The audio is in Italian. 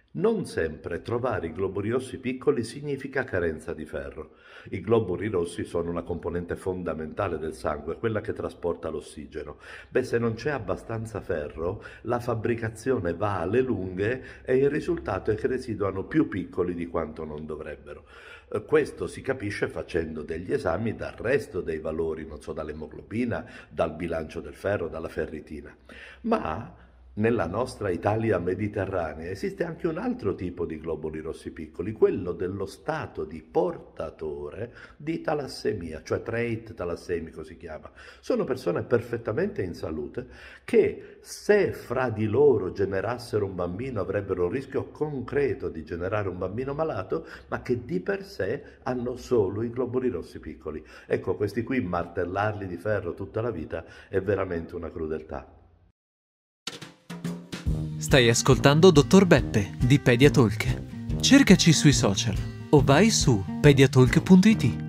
Non sempre trovare i globuli rossi piccoli significa carenza di ferro. I globuli rossi sono una componente fondamentale del sangue, quella che trasporta l'ossigeno. Beh, se non c'è abbastanza ferro, la fabbricazione va alle lunghe e il risultato è che residuano più piccoli di quanto non dovrebbero. Questo si capisce facendo degli esami dal resto dei valori, non so, dall'emoglobina, dal bilancio del ferro, dalla ferritina. Ma nella nostra Italia mediterranea esiste anche un altro tipo di globuli rossi piccoli, quello dello stato di portatore di talassemia, cioè trait talassemico si chiama. Sono persone perfettamente in salute che se fra di loro generassero un bambino avrebbero un rischio concreto di generare un bambino malato, ma che di per sé hanno solo i globuli rossi piccoli. Ecco, questi qui martellarli di ferro tutta la vita è veramente una crudeltà. Stai ascoltando Dottor Beppe di Pediatalk. Cercaci sui social o vai su pediatalk.it.